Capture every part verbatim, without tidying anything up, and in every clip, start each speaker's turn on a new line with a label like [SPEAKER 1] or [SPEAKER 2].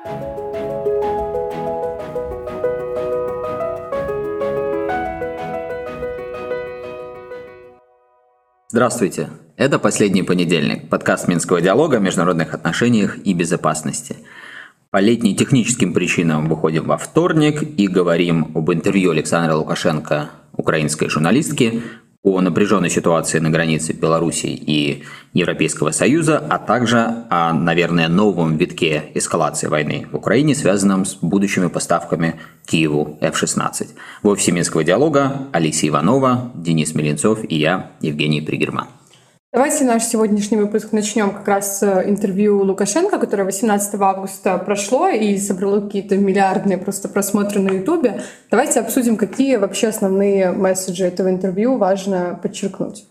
[SPEAKER 1] Здравствуйте! Это «Последний понедельник», подкаст Минского диалога о международных отношениях и безопасности. По летним техническим причинам выходим во вторник и говорим об интервью Александра Лукашенко, украинской журналистки, о напряженной ситуации на границе Беларуси и Европейского Союза, а также о, наверное, новом витке эскалации войны в Украине, связанном с будущими поставками Киеву эф шестнадцать. В офисе Минского диалога Алексей Иванова, Денис Меленцов и я, Евгений Пригерман.
[SPEAKER 2] Давайте наш сегодняшний выпуск начнем как раз с интервью Лукашенко, которое восемнадцатого августа прошло и собрало какие-то миллиардные просто просмотры на Ютубе. Давайте обсудим, какие вообще основные месседжи этого интервью важно подчеркнуть.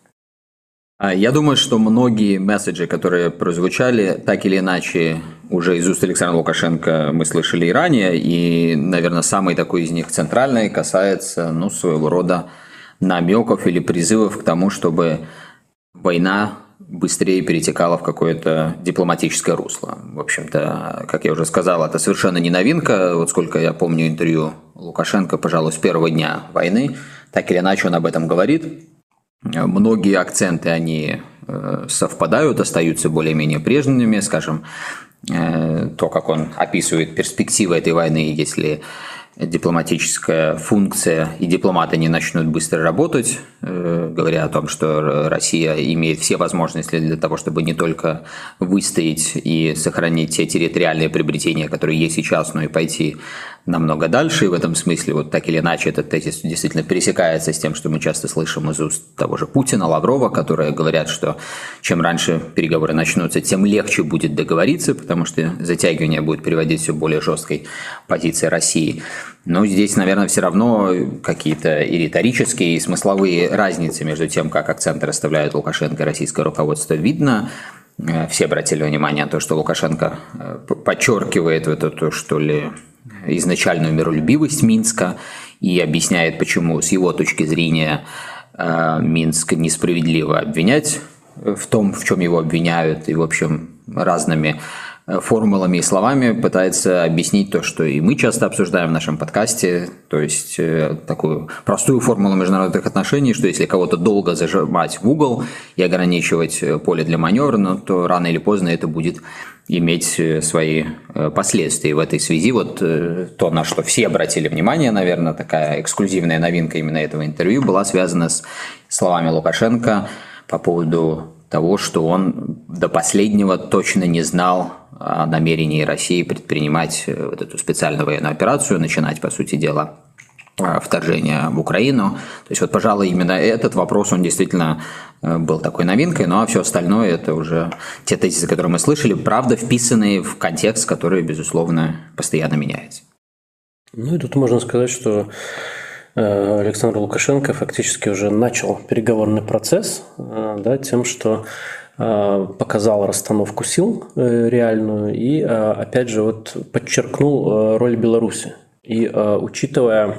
[SPEAKER 1] Я думаю, что многие месседжи, которые прозвучали, так или иначе уже из уст Александра Лукашенко мы слышали и ранее, и, наверное, самый такой из них центральный касается, ну, своего рода намеков или призывов к тому, чтобы война быстрее перетекала в какое-то дипломатическое русло. В общем-то, как я уже сказал, это совершенно не новинка. Вот сколько я помню интервью Лукашенко, пожалуй, с первого дня войны, так или иначе он об этом говорит. Многие акценты, они совпадают, остаются более-менее прежними. Скажем, то, как он описывает перспективы этой войны, если дипломатическая функция и дипломаты не начнут быстро работать, говоря о том, что Россия имеет все возможности для того, чтобы не только выстоять и сохранить те территориальные приобретения, которые есть сейчас, но и пойти намного дальше. И в этом смысле, вот так или иначе, этот тезис действительно пересекается с тем, что мы часто слышим из уст того же Путина, Лаврова, которые говорят, что чем раньше переговоры начнутся, тем легче будет договориться, потому что затягивание будет приводить все более жесткой позиции России. Но здесь, наверное, все равно какие-то и риторические, и смысловые разницы между тем, как акценты расставляют Лукашенко и российское руководство, видно. Все обратили внимание на то, что Лукашенко подчеркивает вот эту, что ли, изначальную миролюбивость Минска и объясняет, почему с его точки зрения Минск несправедливо обвинять в том, в чем его обвиняют, и, в общем, разными формулами и словами пытается объяснить то, что и мы часто обсуждаем в нашем подкасте, то есть такую простую формулу международных отношений, что если кого-то долго зажимать в угол и ограничивать поле для маневра, ну, то рано или поздно это будет иметь свои последствия. В этой связи вот то, на что все обратили внимание, наверное, такая эксклюзивная новинка именно этого интервью была связана с словами Лукашенко по поводу того, что он до последнего точно не знал о намерении России предпринимать вот эту специальную военную операцию, начинать, по сути дела, вторжение в Украину. То есть вот, пожалуй, именно этот вопрос, он действительно был такой новинкой, ну а все остальное это уже те тезисы, которые мы слышали, правда вписанные в контекст, который, безусловно, постоянно меняется.
[SPEAKER 3] Ну и тут можно сказать, что Александр Лукашенко фактически уже начал переговорный процесс, да, тем, что показал расстановку сил реальную и, опять же, вот подчеркнул роль Беларуси. И учитывая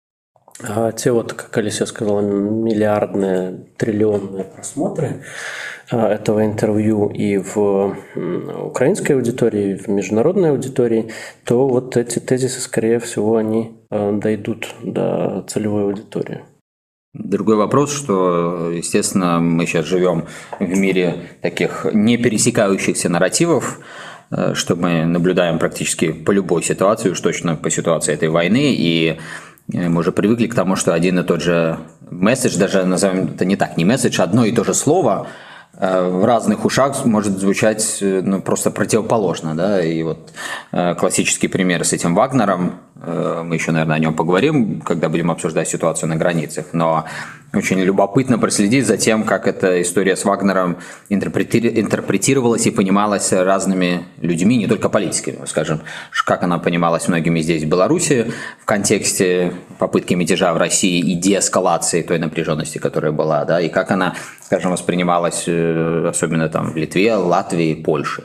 [SPEAKER 3] те, вот, как Алисия сказала, миллиардные, триллионные просмотры этого интервью и в украинской аудитории, и в международной аудитории, то вот эти тезисы, скорее всего, они дойдут до целевой аудитории.
[SPEAKER 1] Другой вопрос, что, естественно, мы сейчас живем в мире таких не пересекающихся нарративов, что мы наблюдаем практически по любой ситуации, уж точно по ситуации этой войны, и мы уже привыкли к тому, что один и тот же месседж, даже назовем это не так, не месседж, одно и то же слово в разных ушах может звучать, ну, просто противоположно, да, и вот классический пример с этим Вагнером, мы еще, наверное, о нем поговорим, когда будем обсуждать ситуацию на границах, но очень любопытно проследить за тем, как эта история с Вагнером интерпретировалась и понималась разными людьми, не только политиками, скажем, как она понималась многими здесь, в Беларуси, в контексте попытки мятежа в России и деэскалации той напряженности, которая была, да, и как она, скажем, воспринималась особенно там в Литве, Латвии, Польше.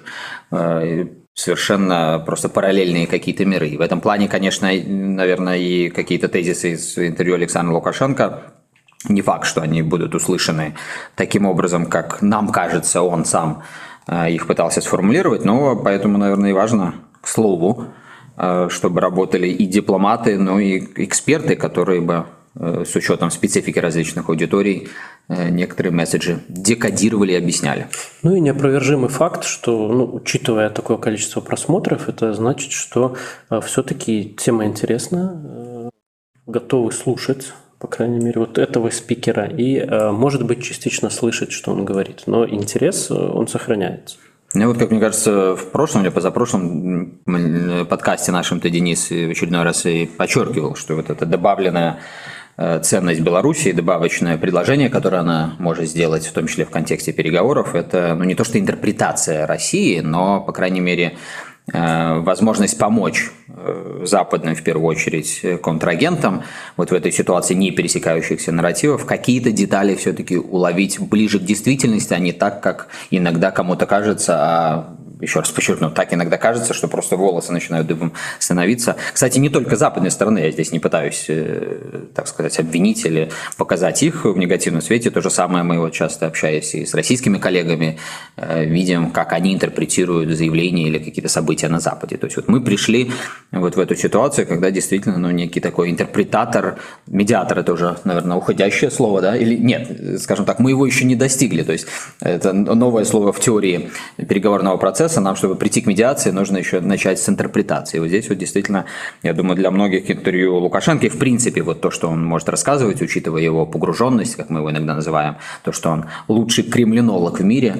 [SPEAKER 1] Совершенно просто параллельные какие-то миры. И в этом плане, конечно, наверное, и какие-то тезисы из интервью Александра Лукашенко, не факт, что они будут услышаны таким образом, как нам кажется, он сам их пытался сформулировать, но поэтому, наверное, и важно слову, чтобы работали и дипломаты, но и эксперты, которые бы с учетом специфики различных аудиторий некоторые месседжи декодировали и объясняли.
[SPEAKER 3] Ну и неопровержимый факт, что, ну, учитывая такое количество просмотров, это значит, что все-таки тема интересна, готовы слушать, по крайней мере, вот этого спикера, и, может быть, частично слышать, что он говорит, но интерес, он сохраняется.
[SPEAKER 1] Ну вот, как мне кажется, в прошлом или позапрошлом подкасте нашем ты, Денис, в очередной раз и подчеркивал, что вот эта добавленная ценность Беларуси, добавочное предложение, которое она может сделать, в том числе в контексте переговоров, это, ну, не то что интерпретация России, но, по крайней мере, возможность помочь западным, в первую очередь, контрагентам вот в этой ситуации не пересекающихся нарративов, какие-то детали все-таки уловить ближе к действительности, а не так, как иногда кому-то кажется, а еще раз подчеркну, так иногда кажется, что просто волосы начинают дыбом становиться. Кстати, не только с западной стороны, я здесь не пытаюсь, так сказать, обвинить или показать их в негативном свете. То же самое мы вот часто, общаясь и с российскими коллегами, видим, как они интерпретируют заявления или какие-то события на Западе. То есть вот мы пришли вот в эту ситуацию, когда действительно, ну, некий такой интерпретатор, медиатор, это уже, наверное, уходящее слово, да, или нет, скажем так, мы его еще не достигли. То есть это новое слово в теории переговорного процесса. Нам, чтобы прийти к медиации, нужно еще начать с интерпретации. Вот здесь вот действительно, я думаю, для многих интервью Лукашенко, и в принципе вот то, что он может рассказывать, учитывая его погруженность, как мы его иногда называем, то, что он лучший кремлинолог в мире,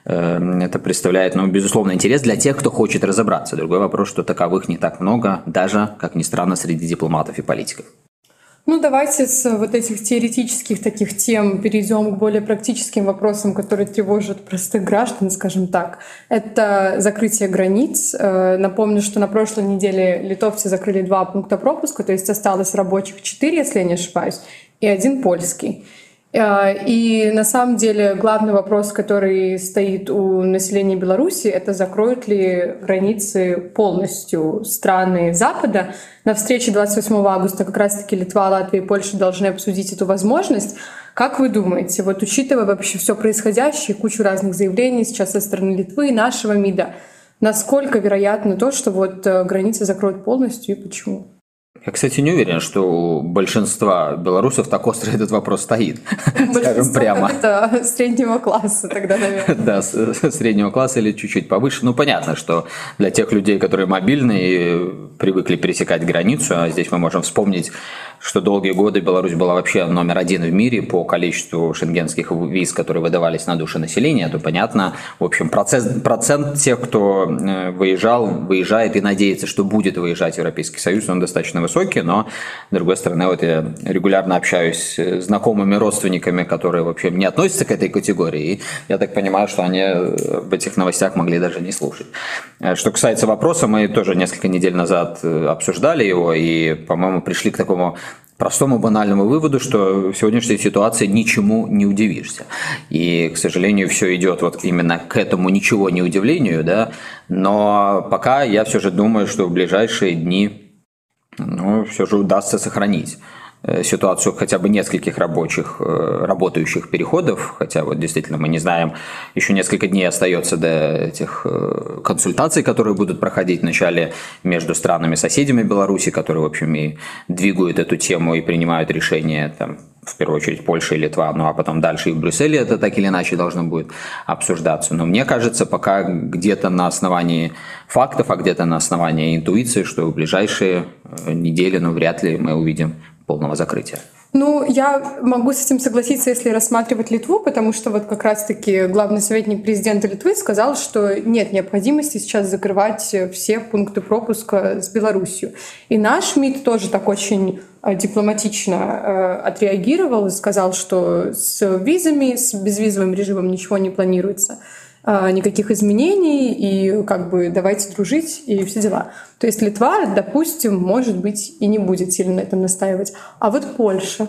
[SPEAKER 1] это представляет, ну, безусловно, интерес для тех, кто хочет разобраться. Другой вопрос, что таковых не так много, даже, как ни странно, среди дипломатов и политиков.
[SPEAKER 2] Ну, давайте с вот этих теоретических таких тем перейдем к более практическим вопросам, которые тревожат простых граждан, скажем так. Это закрытие границ. Напомню, что на прошлой неделе литовцы закрыли два пункта пропуска, то есть осталось рабочих четыре, если я не ошибаюсь, и один польский. И на самом деле главный вопрос, который стоит у населения Беларуси, это закроют ли границы полностью страны Запада. На встрече двадцать восьмого августа как раз-таки Литва, Латвия и Польша должны обсудить эту возможность. Как вы думаете, вот учитывая вообще все происходящее, кучу разных заявлений сейчас со стороны Литвы и нашего МИДа, насколько вероятно то, что вот границы закроют полностью и почему?
[SPEAKER 1] Я, кстати, не уверен, что у большинства белорусов так остро этот вопрос стоит, скажем прямо.
[SPEAKER 2] Это среднего класса тогда, наверное.
[SPEAKER 1] Да, среднего класса или чуть-чуть повыше. Ну, понятно, что для тех людей, которые мобильны и привыкли пересекать границу, а здесь мы можем вспомнить, что долгие годы Беларусь была вообще номер один в мире по количеству шенгенских виз, которые выдавались на душу населения, то понятно, в общем, процесс, процент тех, кто выезжал, выезжает и надеется, что будет выезжать в Европейский Союз, он достаточно высокий, но, с другой стороны, вот я регулярно общаюсь с знакомыми родственниками, которые вообще не относятся к этой категории, и я так понимаю, что они об этих новостях могли даже не слушать. Что касается вопроса, мы тоже несколько недель назад обсуждали его, и, по-моему, пришли к такому простому банальному выводу, что в сегодняшней ситуации ничему не удивишься. И, к сожалению, все идет вот именно к этому ничего не удивлению, да, но пока я все же думаю, что в ближайшие дни, ну, все же удастся сохранить ситуацию хотя бы нескольких рабочих, работающих переходов, хотя вот действительно мы не знаем, еще несколько дней остается до этих консультаций, которые будут проходить вначале между странами-соседями Беларуси, которые, в общем, и двигают эту тему и принимают решения, там, в первую очередь Польша и Литва, ну а потом дальше и в Брюсселе это так или иначе должно будет обсуждаться. Но мне кажется, пока где-то на основании фактов, а где-то на основании интуиции, что в ближайшие недели, ну, вряд ли мы увидим полного закрытия.
[SPEAKER 2] Ну, я могу с этим согласиться, если рассматривать Литву, потому что вот как раз-таки главный советник президента Литвы сказал, что нет необходимости сейчас закрывать все пункты пропуска с Беларусью. И наш МИД тоже так очень дипломатично отреагировал и сказал, что с визами, с безвизовым режимом ничего не планируется, никаких изменений, и как бы давайте дружить, и все дела. То есть Литва, допустим, может быть, и не будет сильно на этом настаивать. А вот Польша?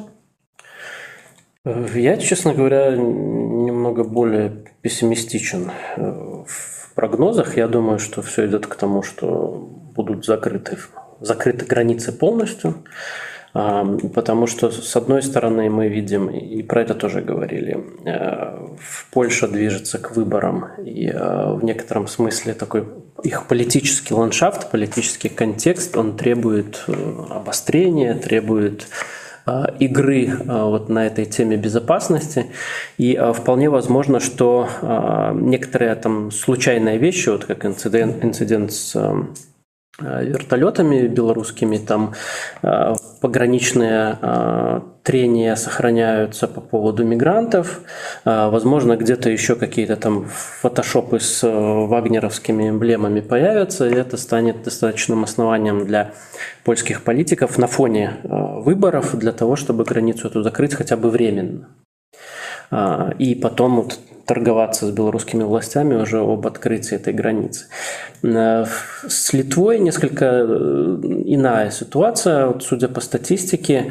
[SPEAKER 3] Я, честно говоря, немного более пессимистичен в прогнозах. Я думаю, что все идет к тому, что будут закрыты, закрыты границы полностью. Потому что, с одной стороны, мы видим, и про это тоже говорили, Польша движется к выборам, и в некотором смысле такой их политический ландшафт, политический контекст, он требует обострения, требует игры вот на этой теме безопасности. И вполне возможно, что некоторые там случайные вещи, вот как инцидент, инцидент с вертолетами белорусскими, там пограничные трения сохраняются по поводу мигрантов, возможно, где-то еще какие-то там фотошопы с вагнеровскими эмблемами появятся, и это станет достаточным основанием для польских политиков на фоне выборов для того, чтобы границу эту закрыть хотя бы временно. И потом вот торговаться с белорусскими властями уже об открытии этой границы. С Литвой несколько иная ситуация. Вот, судя по статистике,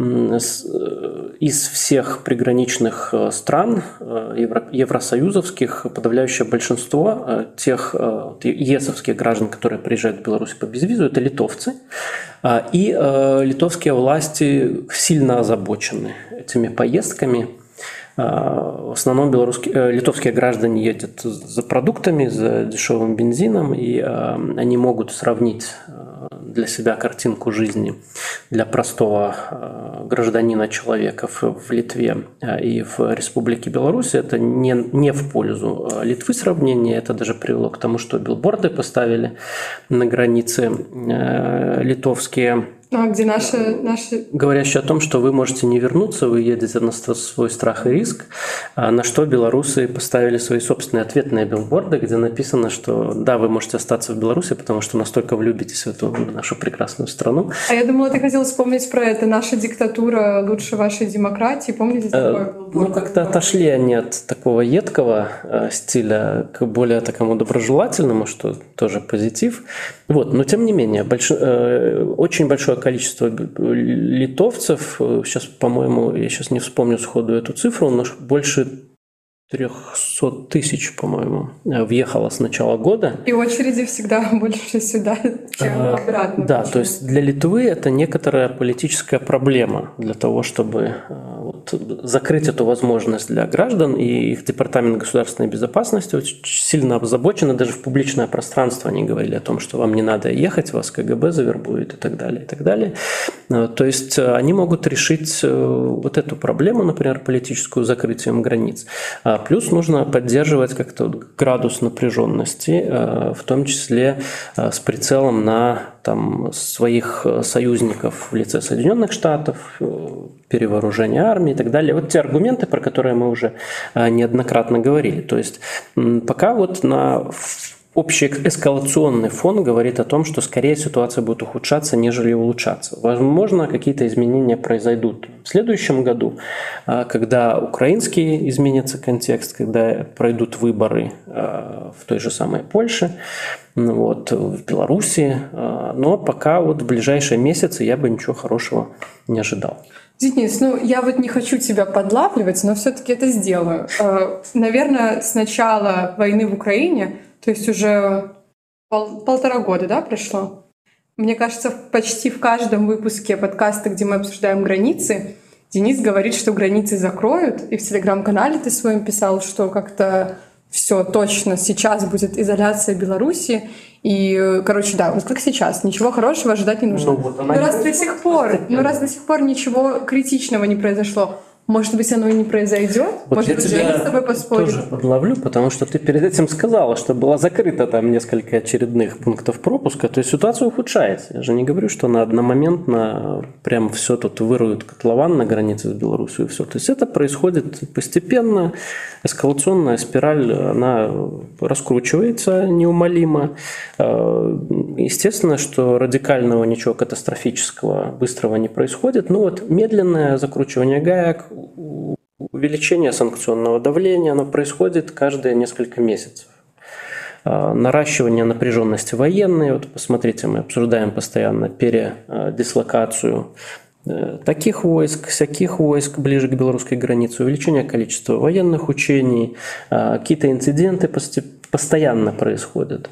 [SPEAKER 3] из всех приграничных стран евросоюзовских подавляющее большинство тех ЕСовских граждан, которые приезжают в Беларусь по безвизу, это литовцы. И литовские власти сильно озабочены этими поездками. В основном белорусские, литовские граждане едут за продуктами, за дешевым бензином, и они могут сравнить для себя картинку жизни для простого гражданина, человека в Литве и в Республике Беларусь. Это не, не в пользу Литвы сравнение, это даже привело к тому, что билборды поставили на границе литовские,
[SPEAKER 2] А где наши, наши...
[SPEAKER 3] говорящие о том, что вы можете не вернуться, вы едете на свой страх и риск, на что белорусы поставили свои собственные ответные билборды, где написано, что да, вы можете остаться в Беларуси, потому что настолько влюбитесь в эту нашу прекрасную страну.
[SPEAKER 2] А я думала, ты хотела вспомнить про это. Наша диктатура лучше вашей демократии. Помните такое билборд?
[SPEAKER 3] Ну, как-то отошли они от такого едкого стиля к более такому доброжелательному, что тоже позитив. Вот. Но тем не менее, больш... очень большое количество литовцев, сейчас, по-моему, я сейчас не вспомню сходу эту цифру, но больше трехсот тысяч, по-моему, въехало с начала года.
[SPEAKER 2] И очереди всегда больше сюда, чем
[SPEAKER 3] а,
[SPEAKER 2] обратно.
[SPEAKER 3] Да, то есть для Литвы это некоторая политическая проблема для того, чтобы вот, закрыть эту возможность для граждан, и их департамент государственной безопасности очень сильно озабочены, даже в публичное пространство они говорили о том, что вам не надо ехать, вас КГБ завербует и так далее, и так далее. То есть они могут решить вот эту проблему, например, политическую, закрытием границ. Плюс нужно поддерживать как-то градус напряженности, в том числе с прицелом на там, своих союзников в лице Соединенных Штатов, перевооружение армии и так далее. Вот те аргументы, про которые мы уже неоднократно говорили. То есть пока вот на общий эскалационный фон говорит о том, что скорее ситуация будет ухудшаться, нежели улучшаться. Возможно, какие-то изменения произойдут в следующем году, когда украинский изменится контекст, когда пройдут выборы в той же самой Польше, вот, в Беларуси. Но пока вот в ближайшие месяцы я бы ничего хорошего не ожидал.
[SPEAKER 2] Денис, ну я вот не хочу тебя подлавливать, но все-таки это сделаю. Наверное, с начала войны в Украине, то есть уже пол, полтора года, да, прошло? Мне кажется, почти в каждом выпуске подкаста, где мы обсуждаем границы, Денис говорит, что границы закроют. И в телеграм-канале ты своем писал, что как-то все точно сейчас будет изоляция Беларуси. И, короче, да, вот как сейчас, ничего хорошего ожидать не нужно.
[SPEAKER 3] Ну, вот
[SPEAKER 2] но раз до сих пор, но раз до сих пор ничего критичного не произошло, может быть, оно и не произойдет?
[SPEAKER 3] Вот
[SPEAKER 2] Может быть, Женя с тобой поспорит?
[SPEAKER 3] Тоже подловлю, потому что ты перед этим сказала, что было закрыто там несколько очередных пунктов пропуска, то есть ситуация ухудшается. Я же не говорю, что она одномоментно прям все тут вырует котлован на границе с Беларусью и все. То есть это происходит постепенно, эскалационная спираль, она раскручивается неумолимо. Естественно, что радикального ничего катастрофического быстрого не происходит, но вот медленное закручивание гаек, увеличение санкционного давления, оно происходит каждые несколько месяцев. Наращивание напряженности военной, вот посмотрите, мы обсуждаем постоянно передислокацию таких войск, всяких войск ближе к белорусской границе, увеличение количества военных учений, какие-то инциденты постоянно происходит.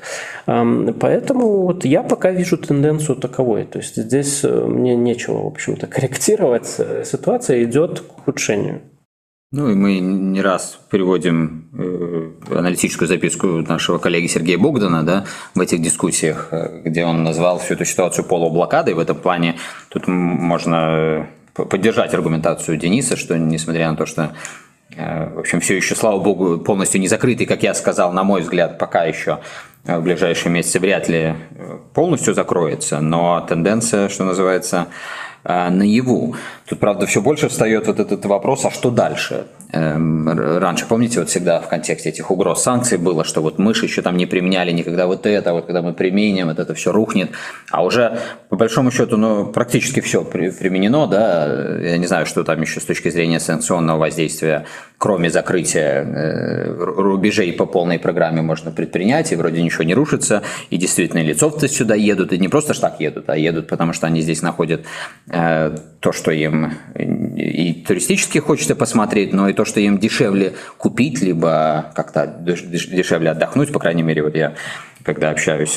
[SPEAKER 3] Поэтому вот я пока вижу тенденцию таковой. То есть здесь мне нечего, в общем-то, корректировать. Ситуация идет к ухудшению.
[SPEAKER 1] Ну и мы не раз приводим э, аналитическую записку нашего коллеги Сергея Богдана, да, в этих дискуссиях, где он назвал всю эту ситуацию полублокадой. В этом плане тут можно поддержать аргументацию Дениса, что несмотря на то, что э, в общем, все еще, слава богу, полностью не закрытый, как я сказал, на мой взгляд, пока еще в ближайшие месяцы вряд ли полностью закроется, но тенденция, что называется, наяву. Тут, правда, все больше встает вот этот вопрос, а что дальше? Эм, раньше, помните, вот всегда в контексте этих угроз санкций было, что вот мы же еще там не применяли никогда вот это, а вот когда мы применим, вот это все рухнет. А уже, по большому счету, ну, практически все применено, да, я не знаю, что там еще с точки зрения санкционного воздействия, кроме закрытия э, рубежей по полной программе можно предпринять, и вроде ничего не рушится, и действительно лицовцы сюда едут, и не просто ж так едут, а едут, потому что они здесь находят э, то, что им и туристически хочется посмотреть, но и то, что им дешевле купить, либо как-то дешевле отдохнуть, по крайней мере, вот я, когда общаюсь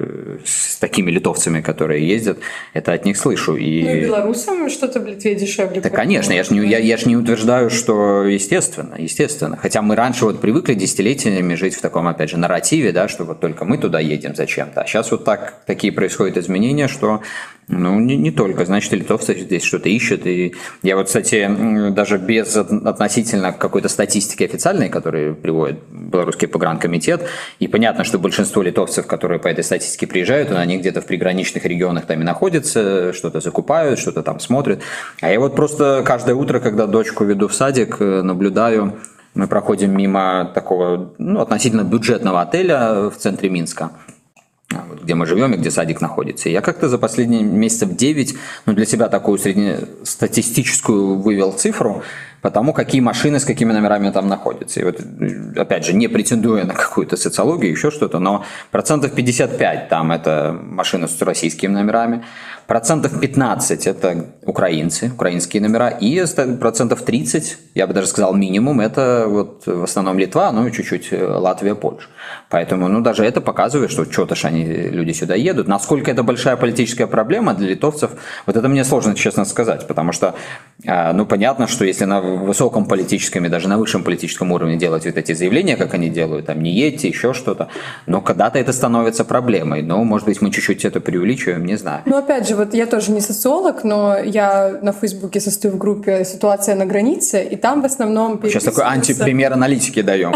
[SPEAKER 1] с такими литовцами, которые ездят, это от них слышу. И...
[SPEAKER 2] Ну и белорусам что-то в Литве дешевле.
[SPEAKER 1] Да, конечно, я же не, я, я ж не утверждаю, что естественно, естественно. Хотя мы раньше вот привыкли десятилетиями жить в таком, опять же, нарративе, да, что вот только мы туда едем зачем-то. А сейчас вот так, такие происходят изменения, что ну, не, не только, значит, и литовцы здесь что-то ищут. И я вот, кстати, даже без относительно какой-то статистики официальной, которую приводит Белорусский погранкомитет, и понятно, что большинство литовцев, которые по этой статистике приезжают, они где-то в приграничных регионах там и находятся, что-то закупают, что-то там смотрят. А я вот просто каждое утро, когда дочку веду в садик, наблюдаю, мы проходим мимо такого, ну, относительно бюджетного отеля в центре Минска, где мы живем и где садик находится. И я как-то за последние месяцев девять, ну, для себя такую среднестатистическую вывел цифру по тому, какие машины с какими номерами там находятся. И вот, опять же, не претендуя на какую-то социологию, еще что-то, но процентов пятьдесят пять там это машины с российскими номерами, процентов пятнадцать это украинцы, украинские номера, и процентов тридцать, я бы даже сказал минимум, это вот в основном Литва, ну и чуть-чуть Латвия, Польша. Поэтому, ну, даже это показывает, что что-то ж они, люди сюда едут. Насколько это большая политическая проблема для литовцев, вот это мне сложно, честно сказать, потому что, ну, понятно, что если на высоком политическом и даже на высшем политическом уровне делать вот эти заявления, как они делают, там, не едьте, еще что-то, но когда-то это становится проблемой. Но, может быть, мы чуть-чуть это преувеличиваем, не знаю.
[SPEAKER 2] Ну, опять же, вот я тоже не социолог, но я на Фейсбуке состою в группе «Ситуация на границе», и там в основном...
[SPEAKER 1] Сейчас такой антипример аналитики даем.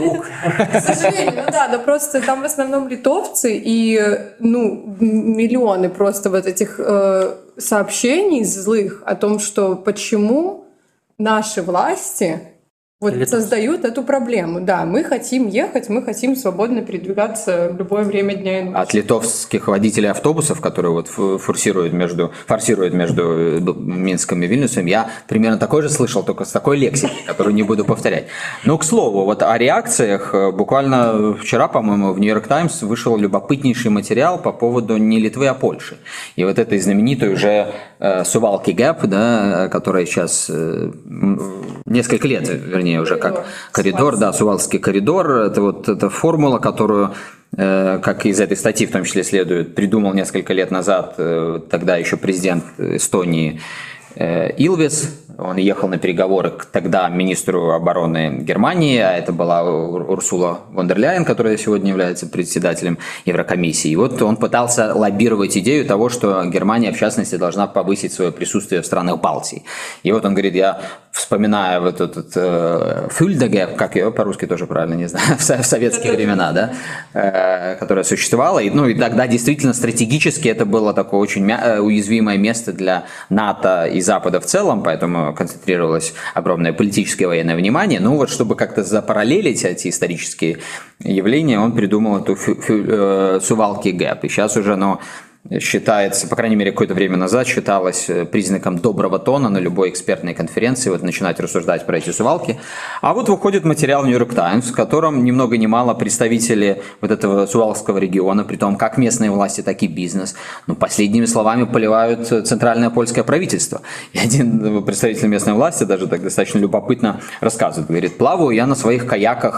[SPEAKER 2] К сожалению, ну да, но просто там в основном литовцы и, ну, миллионы просто вот этих э, сообщений злых о том, что почему наши власти вот создают эту проблему. Да, мы хотим ехать, мы хотим свободно передвигаться в любое время дня и ночи.
[SPEAKER 1] От литовских водителей автобусов, которые вот форсируют между, форсируют между Минском и Вильнюсом, я примерно такой же слышал, только с такой лексикой, которую не буду повторять. Но, к слову, вот о реакциях. Буквально вчера, по-моему, в Нью-Йорк Таймс вышел любопытнейший материал по поводу не Литвы, а Польши. И вот этой знаменитой уже э, Сувалки гэп, да, которая сейчас э, несколько лет, вернее, уже
[SPEAKER 2] коридор.
[SPEAKER 1] как коридор, да, Сувалский коридор, это вот эта формула, которую, э, как из этой статьи в том числе следует, придумал несколько лет назад э, тогда еще президент Эстонии э, Илвес. Он ехал на переговоры к тогда министру обороны Германии, а это была Урсула фон дер Ляйен, которая сегодня является председателем Еврокомиссии. И вот он пытался лоббировать идею того, что Германия, в частности, должна повысить свое присутствие в странах Балтии. И вот он говорит, я вспоминаю вот этот э, Фюльдеге, как ее по-русски тоже правильно, не знаю, в советские времена, да, э, которая существовала. И, ну и тогда действительно стратегически это было такое очень мя- уязвимое место для НАТО и Запада в целом, поэтому концентрировалось огромное политическое и военное внимание. Ну вот, чтобы как-то запараллелить эти исторические явления, он придумал эту фю- фю- э, Сувалки гэп. И сейчас уже, ну, считается, по крайней мере, какое-то время назад считалось признаком доброго тона на любой экспертной конференции вот начинать рассуждать про эти сувалки. А вот выходит материал в Нью-Йорк Таймс, в котором ни много ни мало представители вот этого сувалского региона, при том как местные власти, так и бизнес, ну, последними словами поливают центральное польское правительство. И один представитель местной власти даже так достаточно любопытно рассказывает, говорит, плаваю я на своих каяках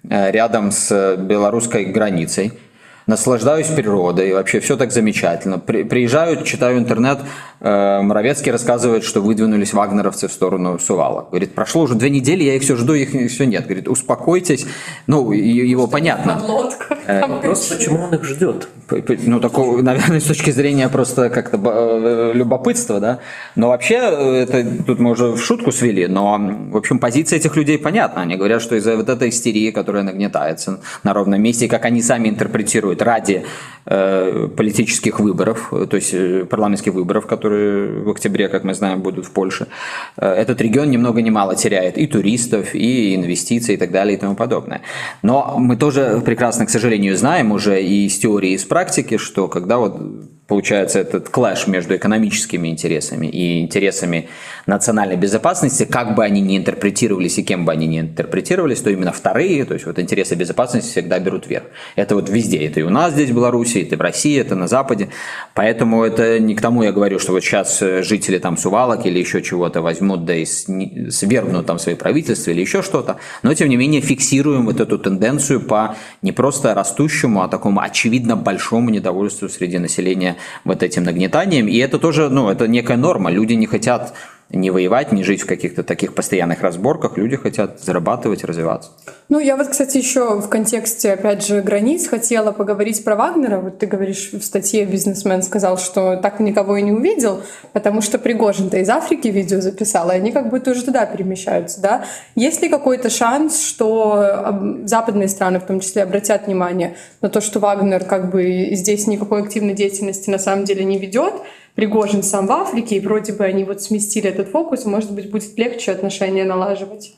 [SPEAKER 1] рядом с белорусской границей, наслаждаюсь природой, вообще все так замечательно. При, приезжаю, читаю интернет, э, Моровецкий рассказывает, что выдвинулись вагнеровцы в сторону Сувалок. Говорит, прошло уже две недели, я их все жду, их все нет. Говорит, успокойтесь. Ну, его что понятно.
[SPEAKER 3] Э, Вопрос, почему он их ждет?
[SPEAKER 1] Ну, такого, наверное, с точки зрения просто как-то любопытства, да. Но вообще, это тут мы уже в шутку свели, но, в общем, позиция этих людей понятна. Они говорят, что из-за вот этой истерии, которая нагнетается на ровном месте, как они сами интерпретируют, ради э, политических выборов, то есть парламентских выборов, которые в октябре, как мы знаем, будут в Польше, э, этот регион ни много ни мало теряет и туристов, и инвестиций, и так далее, и тому подобное. Но мы тоже прекрасно, к сожалению, знаем уже и из теории, и из практики, что когда вот получается этот клэш между экономическими интересами и интересами национальной безопасности, как бы они ни интерпретировались и кем бы они ни интерпретировались, то именно вторые, то есть вот интересы безопасности всегда берут верх. Это вот везде, это и у нас здесь в Беларуси, это в России, это на Западе. Поэтому это не к тому я говорю, что вот сейчас жители там Сувалок или еще чего-то возьмут, да и свергнут там свои правительства или еще что-то, но тем не менее фиксируем вот эту тенденцию по не просто растущему, а такому очевидно большому недовольству среди населения вот этим нагнетанием, и это тоже, ну, это некая норма, люди не хотят не воевать, не жить в каких-то таких постоянных разборках, люди хотят зарабатывать, развиваться.
[SPEAKER 2] Ну, я вот, кстати, еще в контексте, опять же, границ хотела поговорить про Вагнера. Вот ты говоришь, в статье бизнесмен сказал, что так никого и не увидел, потому что Пригожин-то из Африки видео записал, и они как бы тоже туда перемещаются, да? Есть ли какой-то шанс, что западные страны, в том числе, обратят внимание на то, что Вагнер как бы здесь никакой активной деятельности на самом деле не ведет, Пригожин сам в Африке, и вроде бы они вот сместили этот фокус, может быть, будет легче отношения налаживать?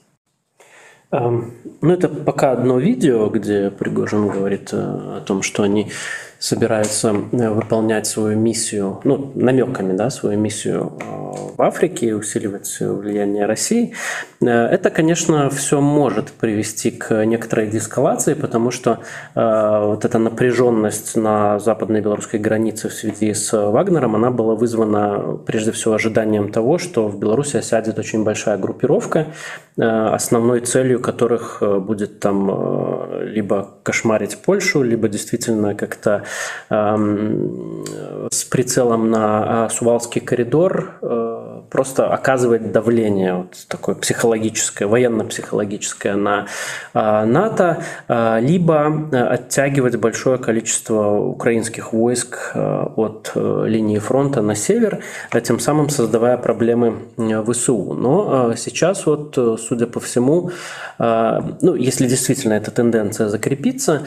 [SPEAKER 3] Um, ну, это пока одно видео, где Пригожин говорит о том, что они собираются выполнять свою миссию, ну, намеками, да, свою миссию в Африке и усиливать влияние России. Это, конечно, все может привести к некоторой деэскалации, потому что э, вот эта напряженность на западной белорусской границе в связи с Вагнером, она была вызвана прежде всего ожиданием того, что в Беларуси осядет очень большая группировка, э, основной целью которых будет там э, либо кошмарить Польшу, либо действительно как-то с прицелом на Сувалский коридор просто оказывать давление вот такое психологическое, военно-психологическое на НАТО, либо оттягивать большое количество украинских войск от линии фронта на север, тем самым создавая проблемы ВСУ. Но сейчас вот, судя по всему, ну, если действительно эта тенденция закрепится,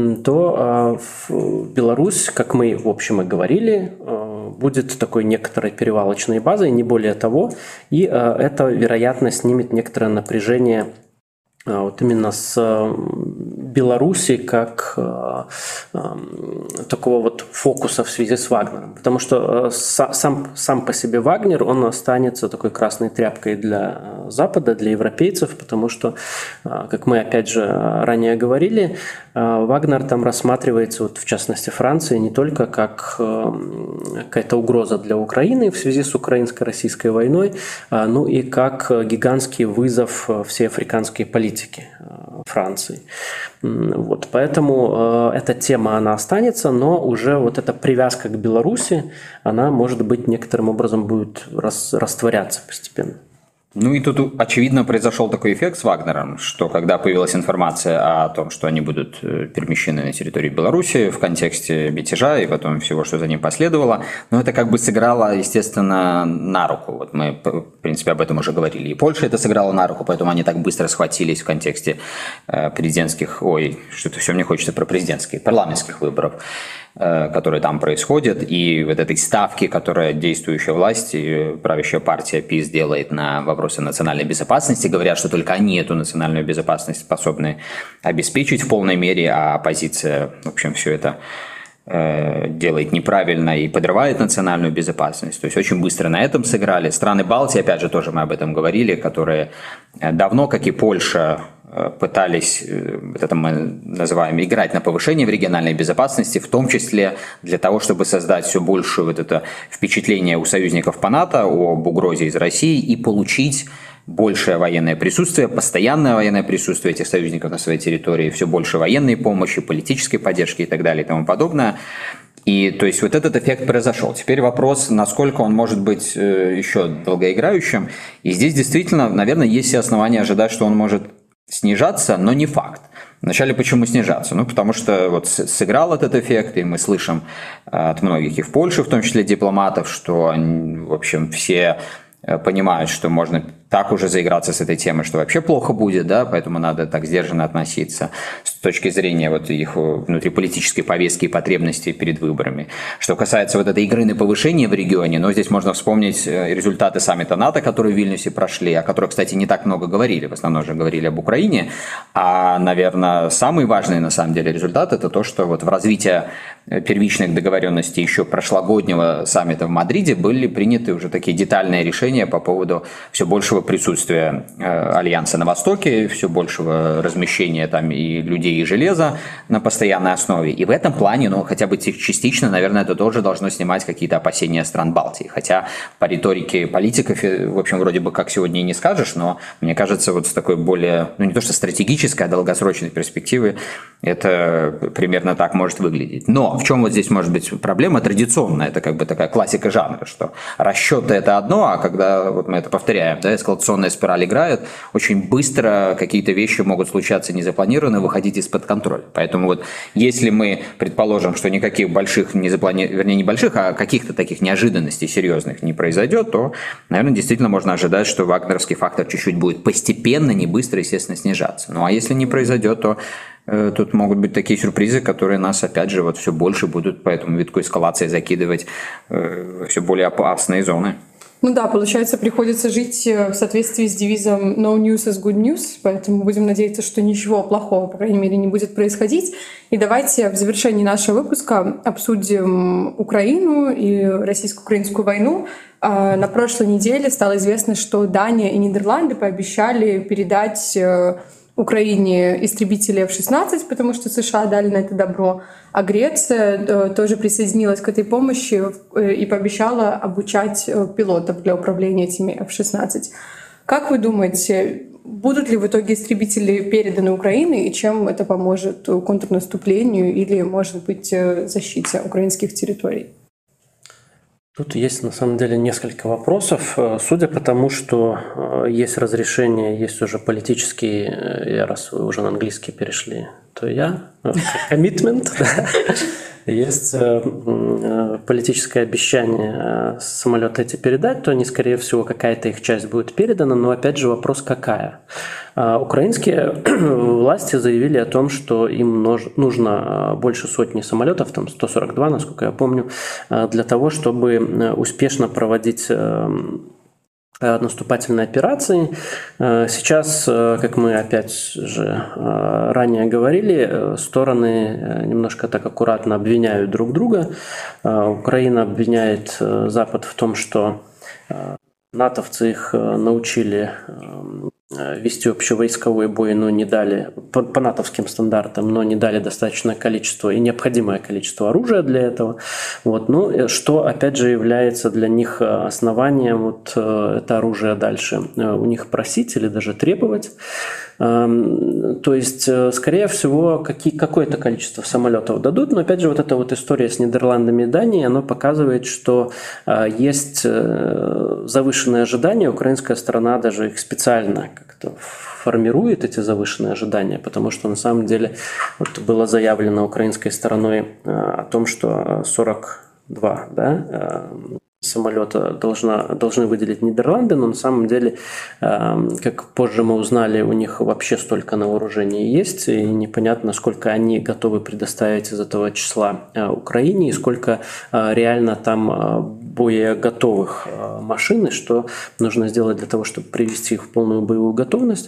[SPEAKER 3] то Беларусь, как мы в общем и говорили, будет такой некоторой перевалочной базой, не более того, и это, вероятно, снимет некоторое напряжение вот именно с Беларуси как э, э, такого вот фокуса в связи с Вагнером. Потому что сам, сам по себе Вагнер, он останется такой красной тряпкой для Запада, для европейцев, потому что, как мы опять же ранее говорили, Вагнер там рассматривается, вот, в частности Франции, не только как какая-то угроза для Украины в связи с украинско-российской войной, но и как гигантский вызов всей африканской политики Франции. Вот, поэтому э, эта тема, она останется, но уже вот эта привязка к Беларуси, она, может быть, некоторым образом будет рас, растворяться постепенно.
[SPEAKER 1] Ну и тут, очевидно, произошел такой эффект с Вагнером, что когда появилась информация о том, что они будут перемещены на территорию Беларуси в контексте мятежа и потом всего, что за ним последовало, ну это как бы сыграло, естественно, на руку. Вот мы, в принципе, об этом уже говорили. И Польша это сыграла на руку, поэтому они так быстро схватились в контексте президентских, ой, что-то все мне хочется про президентские, парламентских выборов, которые там происходят, и вот этой ставки, которая действующая власть, правящая партия ПиС делает на вопросы национальной безопасности, говорят, что только они эту национальную безопасность способны обеспечить в полной мере, а оппозиция, в общем, все это э, делает неправильно и подрывает национальную безопасность. То есть очень быстро на этом сыграли. Страны Балтии, опять же, тоже мы об этом говорили, которые давно, как и Польша, пытались, это мы называем, играть на повышение в региональной безопасности, в том числе для того, чтобы создать все большее вот это впечатление у союзников по НАТО об угрозе из России и получить большее военное присутствие, постоянное военное присутствие этих союзников на своей территории, все больше военной помощи, политической поддержки и так далее и тому подобное. И то есть вот этот эффект произошел. Теперь вопрос, насколько он может быть еще долгоиграющим. И здесь действительно, наверное, есть все основания ожидать, что он может снижаться, но не факт. Вначале почему снижаться? Ну, потому что вот сыграл этот эффект, и мы слышим от многих и в Польше, в том числе дипломатов, что, в общем, все понимают, что можно так уже заиграться с этой темой, что вообще плохо будет, да, поэтому надо так сдержанно относиться с точки зрения вот их внутриполитической повестки и потребностей перед выборами. Что касается вот этой игры на повышение в регионе, ну, здесь можно вспомнить результаты саммита НАТО, которые в Вильнюсе прошли, о которых, кстати, не так много говорили, в основном же говорили об Украине, а, наверное, самый важный на самом деле результат – это то, что вот в развитии первичных договоренностей еще прошлогоднего саммита в Мадриде были приняты уже такие детальные решения по поводу все большего присутствия э, Альянса на Востоке, все большего размещения там и людей, и железа на постоянной основе. И в этом плане, ну, хотя бы частично, наверное, это тоже должно снимать какие-то опасения стран Балтии. Хотя по риторике политиков, в общем, вроде бы как сегодня и не скажешь, но мне кажется, вот с такой более, ну, не то что стратегической, а долгосрочной перспективы это примерно так может выглядеть. Но в чем вот здесь может быть проблема традиционная? Это как бы такая классика жанра, что расчеты – это одно, а когда вот мы это повторяем, да, эскалационная спираль играет, очень быстро какие-то вещи могут случаться незапланированно, выходить из-под контроля. Поэтому вот если мы предположим, что никаких больших, незаплани... вернее не больших, а каких-то таких неожиданностей серьезных не произойдет, то, наверное, действительно можно ожидать, что вагнеровский фактор чуть-чуть будет постепенно, не быстро, естественно, снижаться. Ну а если не произойдет, то э, тут могут быть такие сюрпризы, которые нас, опять же, вот все больше будут по этому витку эскалации закидывать э, во все более опасные зоны.
[SPEAKER 2] Ну да, получается, приходится жить в соответствии с девизом «No news is good news», поэтому будем надеяться, что ничего плохого, по крайней мере, не будет происходить. И давайте в завершении нашего выпуска обсудим Украину и российско-украинскую войну. На прошлой неделе стало известно, что Дания и Нидерланды пообещали передать Украине истребители эф шестнадцать, потому что США дали на это добро, а Греция тоже присоединилась к этой помощи и пообещала обучать пилотов для управления этими эф шестнадцать. Как вы думаете, будут ли в итоге истребители переданы Украине и чем это поможет контрнаступлению или, может быть, защите украинских территорий?
[SPEAKER 3] Тут есть на самом деле несколько вопросов. Судя по тому, что есть разрешение, есть уже политический, я раз вы уже на английский перешли, то я, commitment, есть политическое обещание самолеты эти передать, то они, скорее всего, какая-то их часть будет передана, но опять же вопрос какая. Украинские власти заявили о том, что им нужно больше сотни самолетов, там сто сорок два, насколько я помню, для того, чтобы успешно проводить наступательные операции. Сейчас, как мы опять же ранее говорили, стороны немножко так аккуратно обвиняют друг друга. Украина обвиняет Запад в том, что натовцы их научили вести общевойсковой бой, но не дали, по, по натовским стандартам, но не дали достаточное количество и необходимое количество оружия для этого. Вот. Ну, что, опять же, является для них основанием вот это оружие дальше у них просить или даже требовать. То есть, скорее всего, какие, какое-то количество самолетов дадут, но опять же вот эта вот история с Нидерландами и Данией, она показывает, что есть завышенные ожидания, украинская сторона даже их специально как-то формирует, эти завышенные ожидания, потому что на самом деле вот было заявлено украинской стороной о том, что сорок два, да, самолета должна, должны выделить Нидерланды, но на самом деле, как позже мы узнали, у них вообще столько на вооружении есть, и непонятно, сколько они готовы предоставить из этого числа Украине, и сколько реально там боеготовых машин, и что нужно сделать для того, чтобы привести их в полную боевую готовность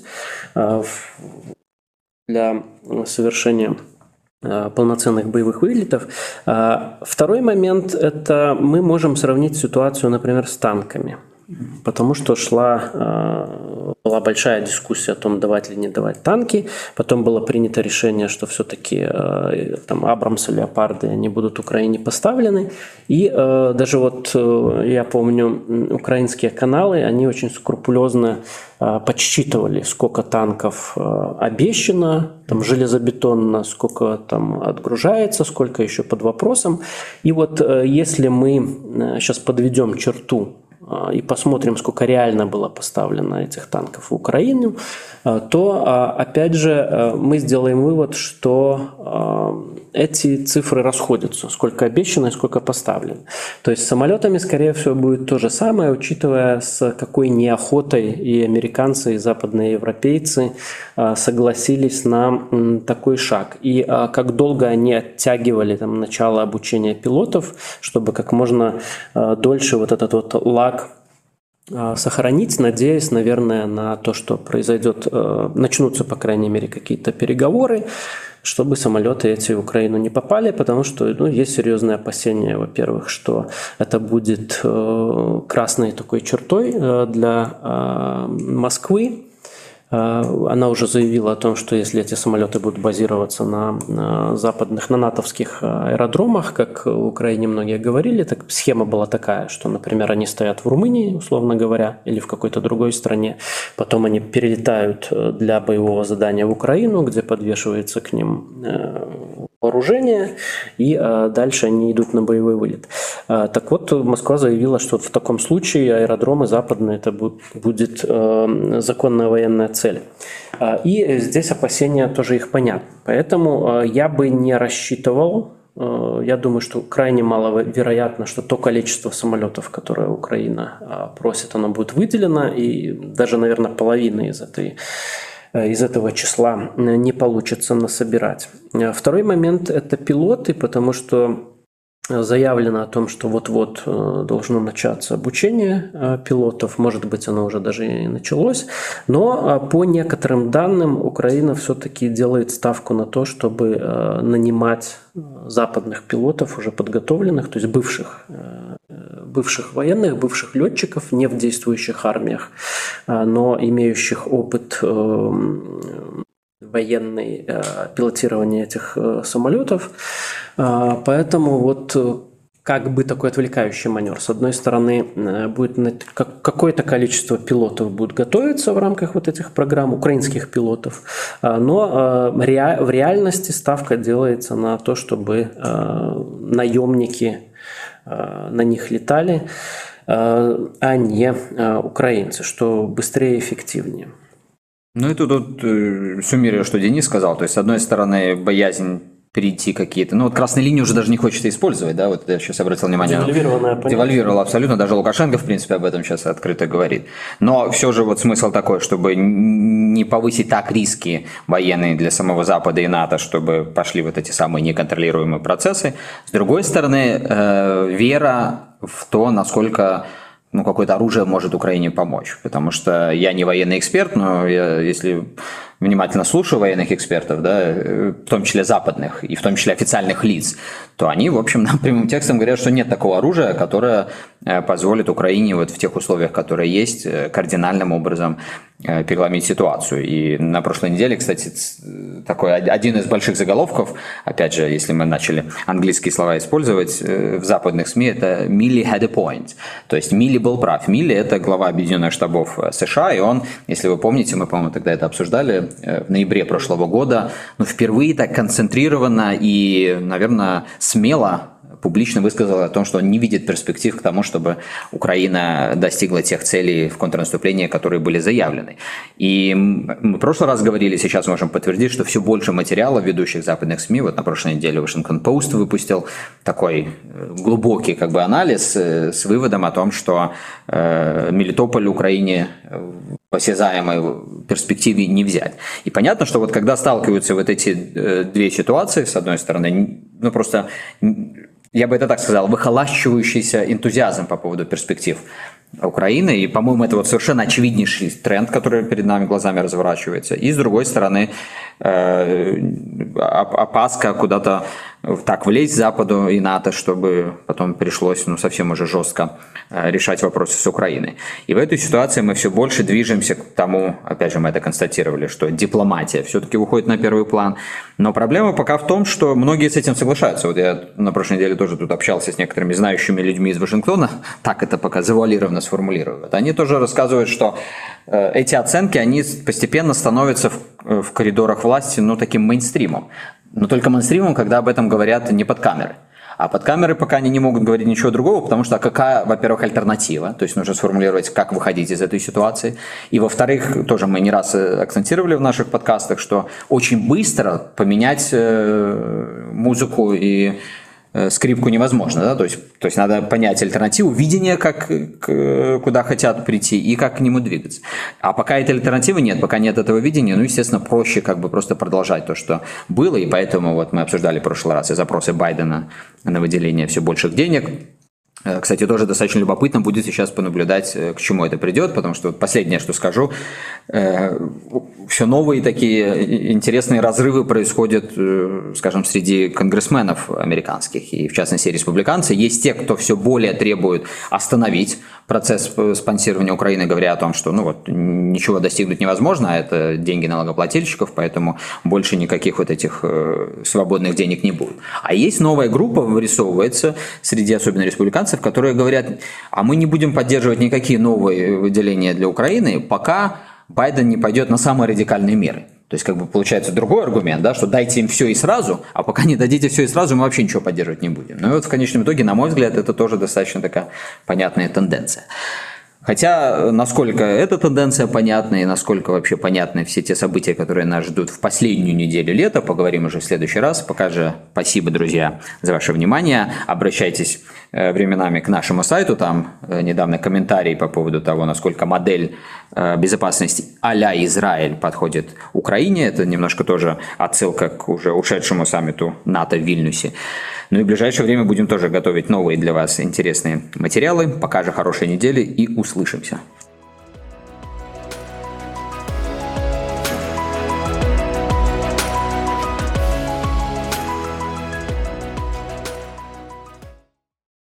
[SPEAKER 3] для совершения полноценных боевых вылетов. Второй момент – это мы можем сравнить ситуацию, например, с танками. потому что шла, была большая дискуссия о том, давать или не давать танки. Потом было принято решение, что все-таки там Абрамсы, Леопарды, они будут Украине поставлены. И даже вот я помню, украинские каналы, они очень скрупулезно подсчитывали, сколько танков обещано, там железобетонно, сколько там отгружается, сколько еще под вопросом. И вот если мы сейчас подведем черту и посмотрим, сколько реально было поставлено этих танков в Украину, то, опять же, мы сделаем вывод, что эти цифры расходятся, сколько обещано и сколько поставлено. То есть с самолетами, скорее всего, будет то же самое, учитывая, с какой неохотой и американцы, и западные европейцы согласились на такой шаг. И как долго они оттягивали там, начало обучения пилотов, чтобы как можно дольше вот этот вот лаг сохранить, надеясь, наверное, на то, что произойдет, начнутся, по крайней мере, какие-то переговоры, чтобы самолеты эти в Украину не попали, потому что ну, есть серьезные опасения, во-первых, что это будет красной такой чертой для Москвы. Она уже заявила о том, что если эти самолеты будут базироваться на западных, на натовских аэродромах, как в Украине многие говорили, так схема была такая, что, например, они стоят в Румынии, условно говоря, или в какой-то другой стране, потом они перелетают для боевого задания в Украину, где подвешивается к ним вооружение, и дальше они идут на боевой вылет. Так вот, Москва заявила, что в таком случае аэродромы западные это будет законная военная цель. И здесь опасения тоже их понятны. Поэтому я бы не рассчитывал, я думаю, что крайне маловероятно, что то количество самолетов, которое Украина просит, оно будет выделено, и даже, наверное, половина из этой из этого числа не получится насобирать. Второй момент – это пилоты, потому что заявлено о том, что вот-вот должно начаться обучение пилотов, может быть, оно уже даже и началось, но по некоторым данным Украина все-таки делает ставку на то, чтобы нанимать западных пилотов, уже подготовленных, то есть бывших, бывших военных, бывших летчиков, не в действующих армиях, но имеющих опыт военный пилотирования этих самолетов. Поэтому вот как бы такой отвлекающий маневр. С одной стороны, будет какое-то количество пилотов будет готовиться в рамках вот этих программ, украинских пилотов, но в реальности ставка делается на то, чтобы наемники на них летали, а не украинцы, что быстрее и эффективнее.
[SPEAKER 1] Ну и тут, тут суммирую, что Денис сказал. То есть, с одной стороны, боязнь перейти какие-то... Ну, вот красные линии уже даже не хочется использовать, да, вот я сейчас обратил внимание.
[SPEAKER 3] Девальвированная понятие.
[SPEAKER 1] Девальвировал абсолютно, даже Лукашенко, в принципе, об этом сейчас открыто говорит. Но все же вот смысл такой, чтобы не повысить так риски военные для самого Запада и НАТО, чтобы пошли вот эти самые неконтролируемые процессы. С другой стороны, э, вера в то, насколько... ну, какое-то оружие может Украине помочь. Потому что я не военный эксперт, но я, если внимательно слушаю военных экспертов, да, в том числе западных и в том числе официальных лиц, то они, в общем, нам прямым текстом говорят, что нет такого оружия, которое позволит Украине вот в тех условиях, которые есть, кардинальным образом переломить ситуацию. И на прошлой неделе, кстати, такой один из больших заголовков, опять же, если мы начали английские слова использовать в западных СМИ, это «Milley had a point». То есть Милли был прав. Милли – это глава Объединенных Штабов США, и он, если вы помните, мы, по-моему, тогда это обсуждали, в ноябре прошлого года, ну, впервые так концентрированно и, наверное, смело публично высказал о том, что он не видит перспектив к тому, чтобы Украина достигла тех целей в контрнаступлении, которые были заявлены. И мы в прошлый раз говорили, сейчас можем подтвердить, что все больше материалов ведущих западных СМИ, вот на прошлой неделе Washington Post выпустил такой глубокий как бы анализ с выводом о том, что э, Мелитополь Украине в осязаемой перспективе не взять. И понятно, что вот когда сталкиваются вот эти э, две ситуации, с одной стороны, ну просто... я бы это так сказал, выхолащивающийся энтузиазм по поводу перспектив Украины. И, по-моему, это вот совершенно очевиднейший тренд, который перед нами глазами разворачивается. И, с другой стороны, опаска куда-то так влезть Западу и НАТО, чтобы потом пришлось ну, совсем уже жестко решать вопросы с Украиной. И в этой ситуации мы все больше движемся к тому, опять же, мы это констатировали, что дипломатия все-таки выходит на первый план. Но проблема пока в том, что многие с этим соглашаются. Вот я на прошлой неделе тоже тут общался с некоторыми знающими людьми из Вашингтона, так это пока завуалированно сформулируют. Они тоже рассказывают, что эти оценки, они постепенно становятся в, в коридорах власти, ну, таким мейнстримом. Но только мейнстримом, когда об этом говорят не под камеры. А под камеры пока они не могут говорить ничего другого, потому что какая, во-первых, альтернатива, то есть нужно сформулировать, как выходить из этой ситуации. И, во-вторых, тоже мы не раз акцентировали в наших подкастах, что очень быстро поменять музыку и скрипку невозможно, да, то есть, то есть надо понять альтернативу, видение, как, к, куда хотят прийти и как к нему двигаться. А пока этой альтернативы нет, пока нет этого видения, ну, естественно, проще как бы просто продолжать то, что было, и поэтому вот мы обсуждали в прошлый раз и запросы Байдена на выделение все больших денег. Кстати, тоже достаточно любопытно будет сейчас понаблюдать, к чему это придет, потому что последнее, что скажу, все новые такие интересные разрывы происходят, скажем, среди конгрессменов американских, и в частности республиканцы. Есть те, кто все более требует остановить процесс спонсирования Украины, говоря о том, что ну вот, ничего достигнуть невозможно, а это деньги налогоплательщиков, поэтому больше никаких вот этих свободных денег не будет. А есть новая группа, вырисовывается среди особенно республиканцев, которые говорят, а мы не будем поддерживать никакие новые выделения для Украины, пока Байден не пойдет на самые радикальные меры. То есть, как бы получается другой аргумент, да, что дайте им все и сразу, а пока не дадите все и сразу, мы вообще ничего поддерживать не будем. Ну и вот в конечном итоге, на мой взгляд, это тоже достаточно такая понятная тенденция. Хотя, насколько эта тенденция понятна и насколько вообще понятны все те события, которые нас ждут в последнюю неделю лета, поговорим уже в следующий раз. Пока же спасибо, друзья, за ваше внимание. Обращайтесь временами к нашему сайту, там недавно комментарий по поводу того, насколько модель безопасности а-ля Израиль подходит Украине. Это немножко тоже отсылка к уже ушедшему саммиту НАТО в Вильнюсе. Ну и в ближайшее время будем тоже готовить новые для вас интересные материалы. Пока же хорошей недели и услышимся.